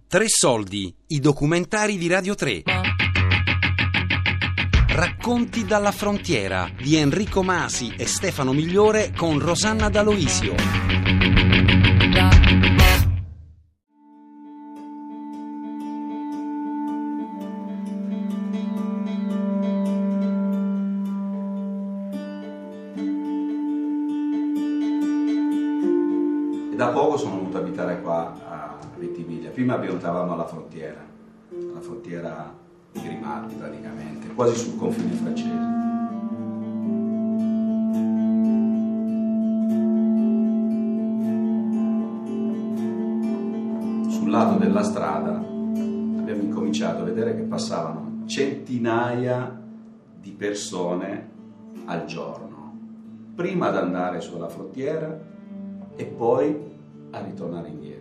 Tre soldi, i documentari di Radio 3. Racconti dalla frontiera di Enrico Masi e Stefano Migliore con Rosanna D'Aloisio. Da poco sono venuto a abitare qua a Ventimiglia. Prima abitavamo alla frontiera di Grimaldi praticamente, quasi sul confine francese. Sul lato della strada abbiamo incominciato a vedere che passavano centinaia di persone al giorno, prima ad andare sulla frontiera e poi a ritornare indietro.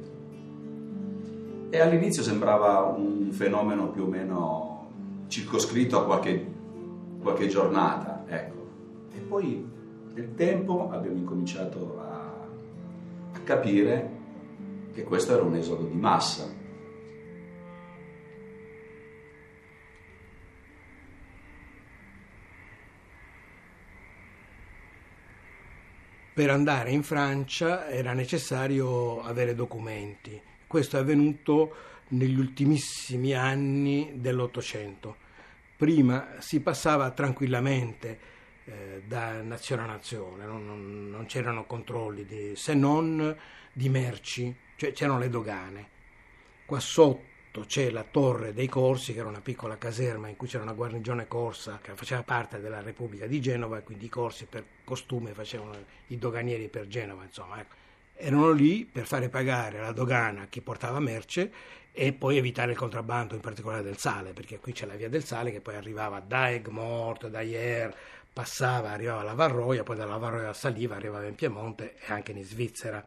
E all'inizio sembrava un fenomeno più o meno circoscritto a qualche giornata, ecco. E poi nel tempo abbiamo incominciato a capire che questo era un esodo di massa. Per andare in Francia era necessario avere documenti. Questo è avvenuto negli ultimissimi anni dell'Ottocento. Prima si passava tranquillamente da nazione a nazione, non c'erano controlli se non di merci, cioè c'erano le dogane. Qua sotto c'è la Torre dei Corsi, che era una piccola caserma in cui c'era una guarnigione corsa che faceva parte della Repubblica di Genova, e quindi i corsi per costume facevano i doganieri per Genova, insomma, ecco. Erano lì per fare pagare alla dogana chi portava merce e poi evitare il contrabbando, in particolare del sale, perché qui c'è la via del sale che poi arrivava da Egmont, da Hyères, arrivava alla Varroia, poi dalla Varroia saliva, arrivava in Piemonte e anche in Svizzera.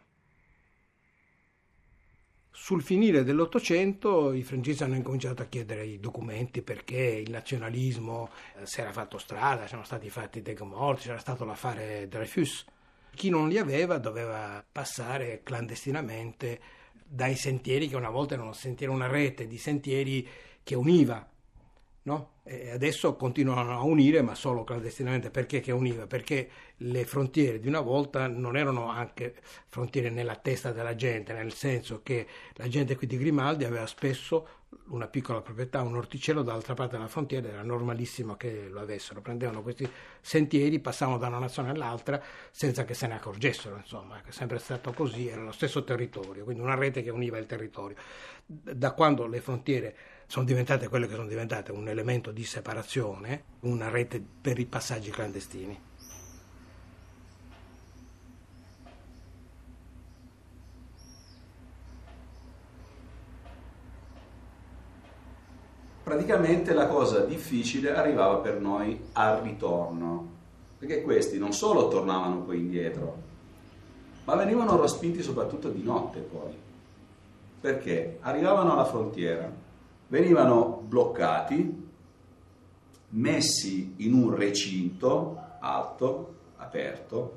Sul finire dell'Ottocento i francesi hanno incominciato a chiedere i documenti perché il nazionalismo si era fatto strada, c'erano stati fatti dei morti, c'era stato l'affare Dreyfus. Chi non li aveva doveva passare clandestinamente dai sentieri, che una volta erano sentieri, una rete di sentieri che univa, no? E adesso continuano a unire, ma solo clandestinamente. Perché che univa? Perché le frontiere di una volta non erano anche frontiere nella testa della gente, nel senso che la gente qui di Grimaldi aveva spesso una piccola proprietà, un orticello dall'altra parte della frontiera, era normalissimo che lo avessero. Prendevano questi sentieri, passavano da una nazione all'altra senza che se ne accorgessero, insomma, è sempre stato così, era lo stesso territorio, quindi una rete che univa il territorio. Da quando le frontiere sono diventate quelle che sono diventate, un elemento di separazione, una rete per i passaggi clandestini. Praticamente la cosa difficile arrivava per noi al ritorno, perché questi non solo tornavano poi indietro, ma venivano respinti soprattutto di notte poi, perché arrivavano alla frontiera, venivano bloccati, messi in un recinto alto, aperto,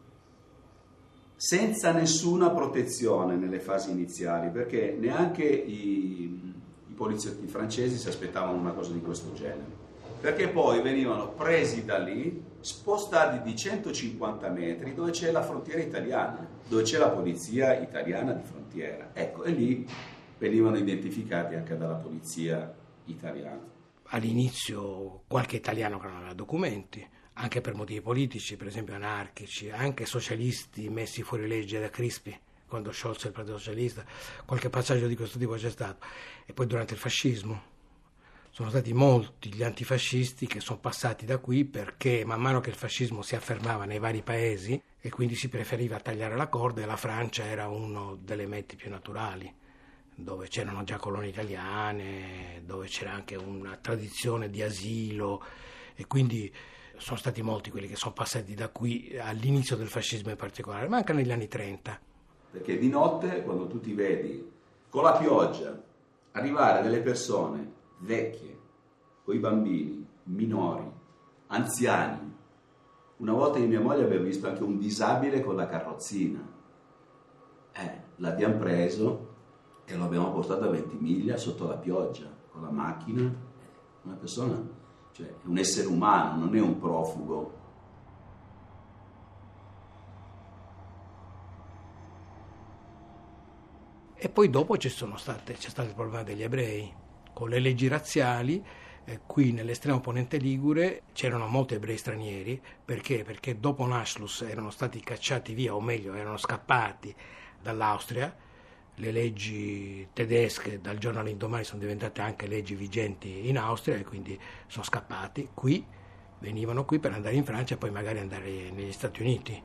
senza nessuna protezione nelle fasi iniziali, perché neanche i poliziotti francesi si aspettavano una cosa di questo genere, perché poi venivano presi da lì, spostati di 150 metri dove c'è la frontiera italiana, dove c'è la polizia italiana di frontiera, ecco, e lì venivano identificati anche dalla polizia italiana. All'inizio qualche italiano che non aveva documenti, anche per motivi politici, per esempio anarchici, anche socialisti messi fuori legge da Crispi, quando sciolse il Partito Socialista, qualche passaggio di questo tipo c'è stato. E poi durante il fascismo sono stati molti gli antifascisti che sono passati da qui, perché man mano che il fascismo si affermava nei vari paesi e quindi si preferiva tagliare la corda, e la Francia era uno delle meti più naturali, dove c'erano già colonie italiane, dove c'era anche una tradizione di asilo, e quindi sono stati molti quelli che sono passati da qui all'inizio del fascismo in particolare, ma anche negli anni 30. Perché di notte, quando tu ti vedi con la pioggia arrivare delle persone vecchie, con i bambini, minori, anziani. Una volta io e mia moglie abbiamo visto anche un disabile con la carrozzina. L'abbiamo preso e lo abbiamo portato a Ventimiglia sotto la pioggia, con la macchina. Una persona, cioè è un essere umano, non è un profugo. E poi dopo c'è stato il problema degli ebrei. Con le leggi razziali, qui nell'estremo ponente ligure c'erano molti ebrei stranieri. Perché? Perché dopo l'Anschluss erano stati cacciati via, o meglio, erano scappati dall'Austria. Le leggi tedesche dal giorno all'indomani sono diventate anche leggi vigenti in Austria e quindi sono scappati qui, venivano qui per andare in Francia e poi magari andare negli Stati Uniti.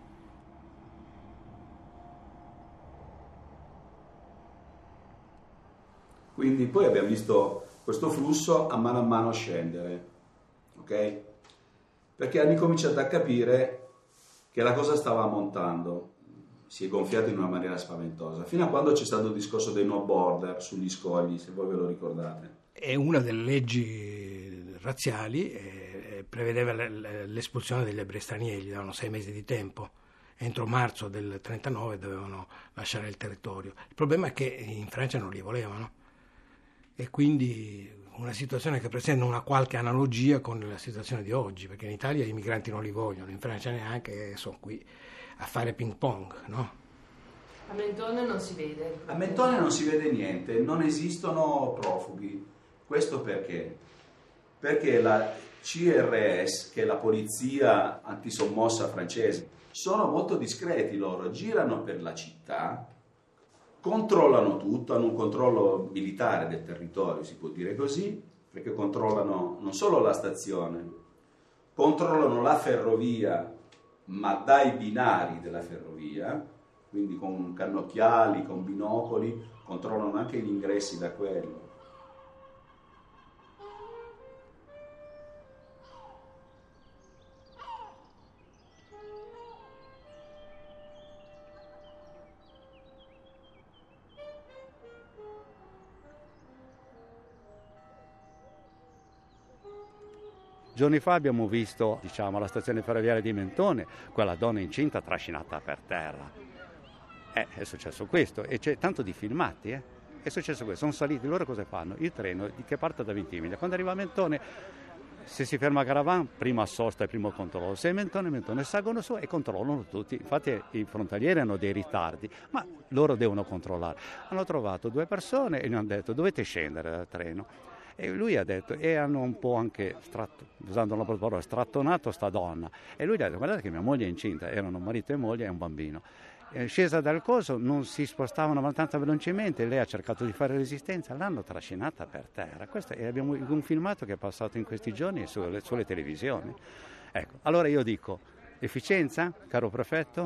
Quindi poi abbiamo visto questo flusso a mano scendere, ok? Perché hanno cominciato a capire che la cosa stava montando, si è gonfiato in una maniera spaventosa, fino a quando c'è stato il discorso dei no border sugli scogli, se voi ve lo ricordate. E una delle leggi razziali prevedeva l'espulsione degli ebrei stranieri, gli davano 6 mesi di tempo. Entro marzo del 39 dovevano lasciare il territorio. Il problema è che in Francia non li volevano. E quindi una situazione che presenta una qualche analogia con la situazione di oggi, perché in Italia i migranti non li vogliono, in Francia neanche, sono qui a fare ping pong, no? A Mentone non si vede. A Mentone non si vede niente, non esistono profughi. Questo perché? Perché la CRS, che è la polizia antisommossa francese, sono molto discreti loro, girano per la città, controllano tutto, hanno un controllo militare del territorio, si può dire così, perché controllano non solo la stazione, controllano la ferrovia, ma dai binari della ferrovia, quindi con cannocchiali, con binocoli, controllano anche gli ingressi da quello. Giorni fa abbiamo visto, alla stazione ferroviaria di Mentone, quella donna incinta trascinata per terra. È successo questo, e c'è tanto di filmati, È successo questo, sono saliti, loro cosa fanno? Il treno che parte da Ventimiglia, quando arriva a Mentone, se si ferma a Caravan, prima sosta e primo controllo, se è Mentone salgono su e controllano tutti. Infatti i frontalieri hanno dei ritardi, ma loro devono controllare. Hanno trovato 2 persone e gli hanno detto: dovete scendere dal treno. E lui ha detto, e hanno un po' anche, usando la parola, strattonato sta donna. E lui ha detto: guardate che mia moglie è incinta, erano marito e moglie e un bambino. Scesa dal coso, non si spostavano abbastanza velocemente, lei ha cercato di fare resistenza, l'hanno trascinata per terra. Questo, e abbiamo un filmato che è passato in questi giorni sulle televisioni. Ecco, allora io dico, efficienza, caro prefetto?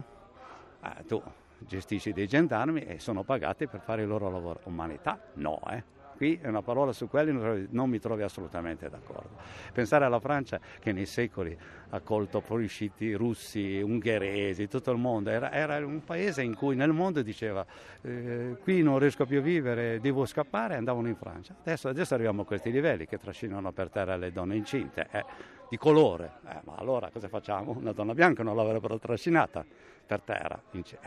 Tu gestisci dei gendarmi e sono pagati per fare il loro lavoro. Umanità? No, Qui è una parola su quelli non mi trovi assolutamente d'accordo. Pensare alla Francia che nei secoli ha accolto fuoriusciti russi, ungheresi, tutto il mondo, era un paese in cui nel mondo diceva qui non riesco più a vivere, devo scappare, e andavano in Francia. Adesso arriviamo a questi livelli che trascinano per terra le donne incinte, di colore. Ma allora cosa facciamo? Una donna bianca non l'avrebbero trascinata per terra.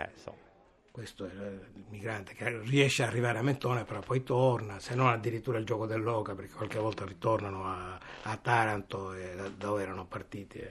Questo è il migrante che riesce ad arrivare a Mentone, però poi torna, se non addirittura il gioco dell'oca, perché qualche volta ritornano a Taranto, da dove erano partiti.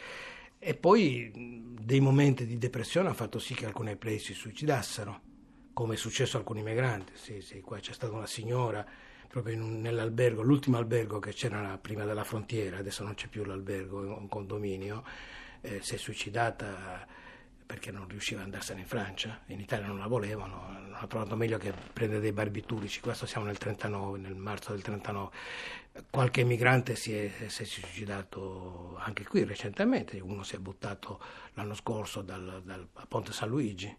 E poi dei momenti di depressione hanno fatto sì che alcuni ebrei si suicidassero, come è successo a alcuni migranti. Sì, qua c'è stata una signora proprio nell'albergo, l'ultimo albergo che c'era prima della frontiera, adesso non c'è più l'albergo, è un condominio, si è suicidata perché non riusciva ad andarsene in Francia. In Italia non la volevano, hanno trovato meglio che prendere dei barbiturici. Questo siamo nel marzo del 39. Qualche emigrante si è suicidato anche qui recentemente, uno si è buttato l'anno scorso dal Ponte San Luigi,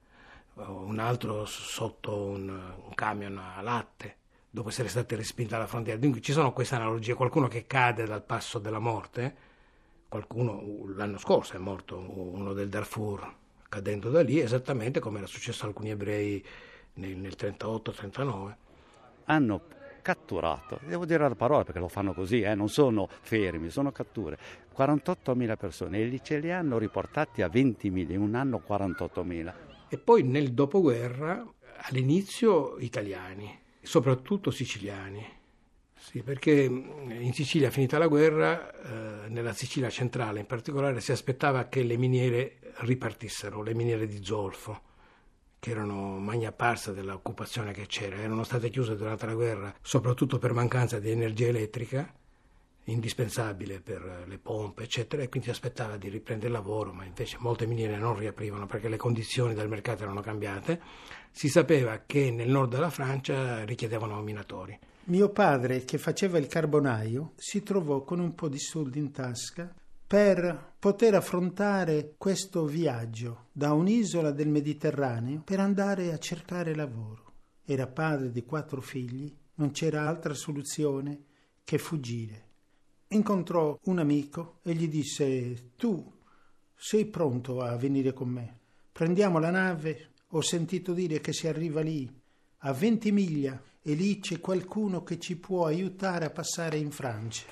un altro sotto un camion a latte, dopo essere stati respinti alla frontiera. Dunque ci sono queste analogie, qualcuno che cade dal passo della morte. Qualcuno l'anno scorso è morto, uno del Darfur, cadendo da lì, esattamente come era successo a alcuni ebrei nel 38-39. Hanno catturato, devo dire la parola perché lo fanno così, non sono fermi, sono catture, 48.000 persone e ce li hanno riportati a 20.000, in un anno 48.000. E poi nel dopoguerra All'inizio italiani, soprattutto siciliani. Sì, perché in Sicilia, finita la guerra, nella Sicilia centrale in particolare, si aspettava che le miniere ripartissero, le miniere di zolfo, che erano magna parsa dell'occupazione che c'era, erano state chiuse durante la guerra, soprattutto per mancanza di energia elettrica, indispensabile per le pompe, eccetera, e quindi si aspettava di riprendere il lavoro, ma invece molte miniere non riaprivano perché le condizioni del mercato erano cambiate. Si sapeva che nel nord della Francia richiedevano minatori. Mio padre, che faceva il carbonaio, si trovò con un po' di soldi in tasca per poter affrontare questo viaggio da un'isola del Mediterraneo per andare a cercare lavoro. Era padre di 4 figli, non c'era altra soluzione che fuggire. Incontrò un amico e gli disse: tu sei pronto a venire con me? Prendiamo la nave, ho sentito dire che si arriva lì, a 20 miglia, e lì c'è qualcuno che ci può aiutare a passare in Francia.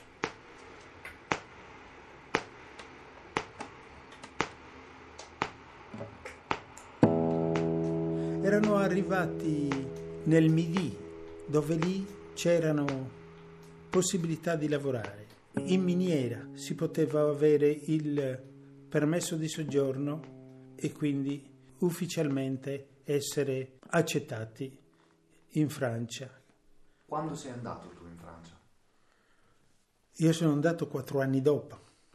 Erano arrivati nel Midi, dove lì c'erano possibilità di lavorare. In miniera si poteva avere il permesso di soggiorno e quindi ufficialmente essere accettati in Francia. Quando sei andato tu in Francia? Io sono andato 4 anni dopo,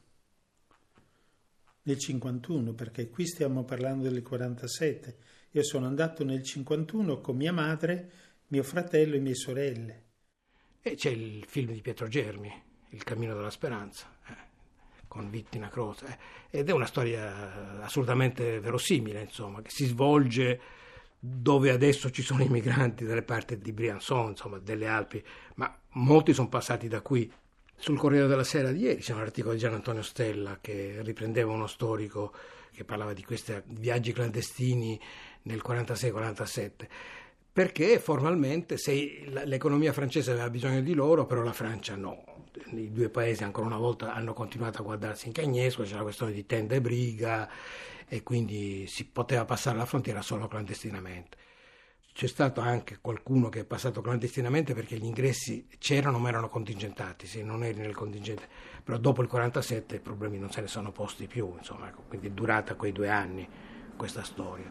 nel 51, perché qui stiamo parlando del 47. Io sono andato nel 51 con mia madre, mio fratello e mie sorelle. E c'è il film di Pietro Germi, Il cammino della speranza, con Vittina Croce, ed è una storia assolutamente verosimile, insomma, che si svolge dove adesso ci sono i migranti dalle parti di Briançon, insomma, delle Alpi, ma molti sono passati da qui. Sul Corriere della Sera di ieri c'è un articolo di Gian Antonio Stella che riprendeva uno storico che parlava di questi viaggi clandestini nel 46-47, perché formalmente l'economia francese aveva bisogno di loro, però la Francia no. I 2 paesi ancora una volta hanno continuato a guardarsi in cagnesco, c'era la questione di tenda e briga, e quindi si poteva passare la frontiera solo clandestinamente. C'è stato anche qualcuno che è passato clandestinamente perché gli ingressi c'erano ma erano contingentati, se non eri nel contingente, però dopo il 47 i problemi non se ne sono posti più, insomma, quindi è durata quei 2 anni questa storia.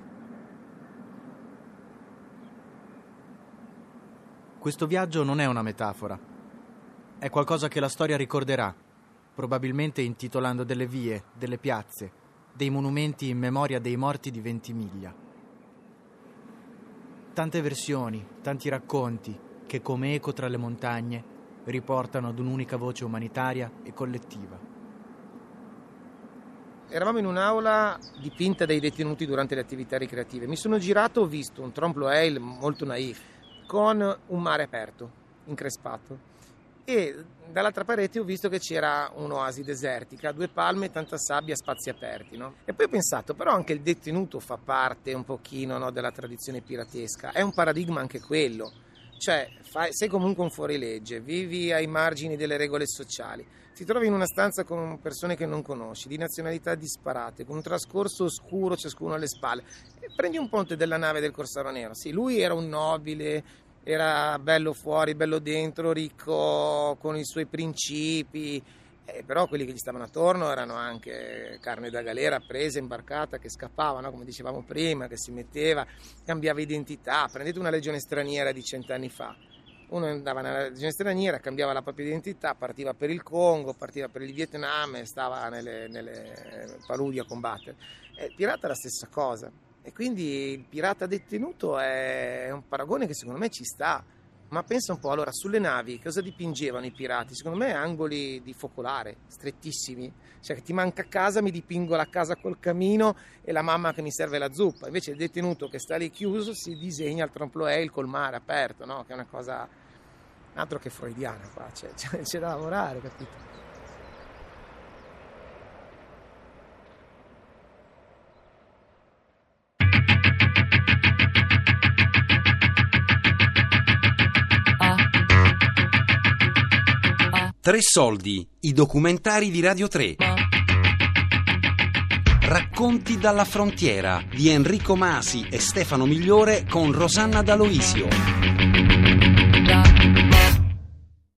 Questo viaggio non è una metafora, è qualcosa che la storia ricorderà, probabilmente intitolando delle vie, delle piazze, dei monumenti in memoria dei morti di Ventimiglia. Tante versioni, tanti racconti che, come eco tra le montagne, riportano ad un'unica voce umanitaria e collettiva. Eravamo in un'aula dipinta dai detenuti durante le attività ricreative. Mi sono girato, ho visto un trompe-l'œil molto naif, con un mare aperto, increspato. E dall'altra parete ho visto che c'era un'oasi desertica, 2 palme, tanta sabbia, spazi aperti, no? E poi ho pensato, però anche il detenuto fa parte un pochino, no, della tradizione piratesca, è un paradigma anche quello, cioè sei comunque un fuorilegge, vivi ai margini delle regole sociali, ti trovi in una stanza con persone che non conosci, di nazionalità disparate, con un trascorso oscuro ciascuno alle spalle, e prendi un ponte della nave del Corsaro Nero. Sì, lui era un nobile, era bello fuori, bello dentro, ricco con i suoi principi, però quelli che gli stavano attorno erano anche carne da galera presa, imbarcata, che scappava, no? Come dicevamo prima, che si metteva, cambiava identità. Prendete una legione straniera di 100 anni fa, uno andava nella legione straniera, cambiava la propria identità, partiva per il Congo, partiva per il Vietnam e stava nelle paludi a combattere. Il pirata è la stessa cosa. E quindi il pirata detenuto è un paragone che secondo me ci sta. Ma pensa un po', allora, sulle navi cosa dipingevano i pirati? Secondo me angoli di focolare, strettissimi. Cioè, che ti manca casa, mi dipingo la casa col camino e la mamma che mi serve la zuppa. Invece il detenuto che sta lì chiuso si disegna il trompe-l'œil col mare aperto, no? Che è una cosa altro che freudiana qua, c'è da lavorare, capito? Tre soldi, i documentari di Radio 3. Racconti dalla frontiera di Enrico Masi e Stefano Migliore con Rosanna D'Aloisio.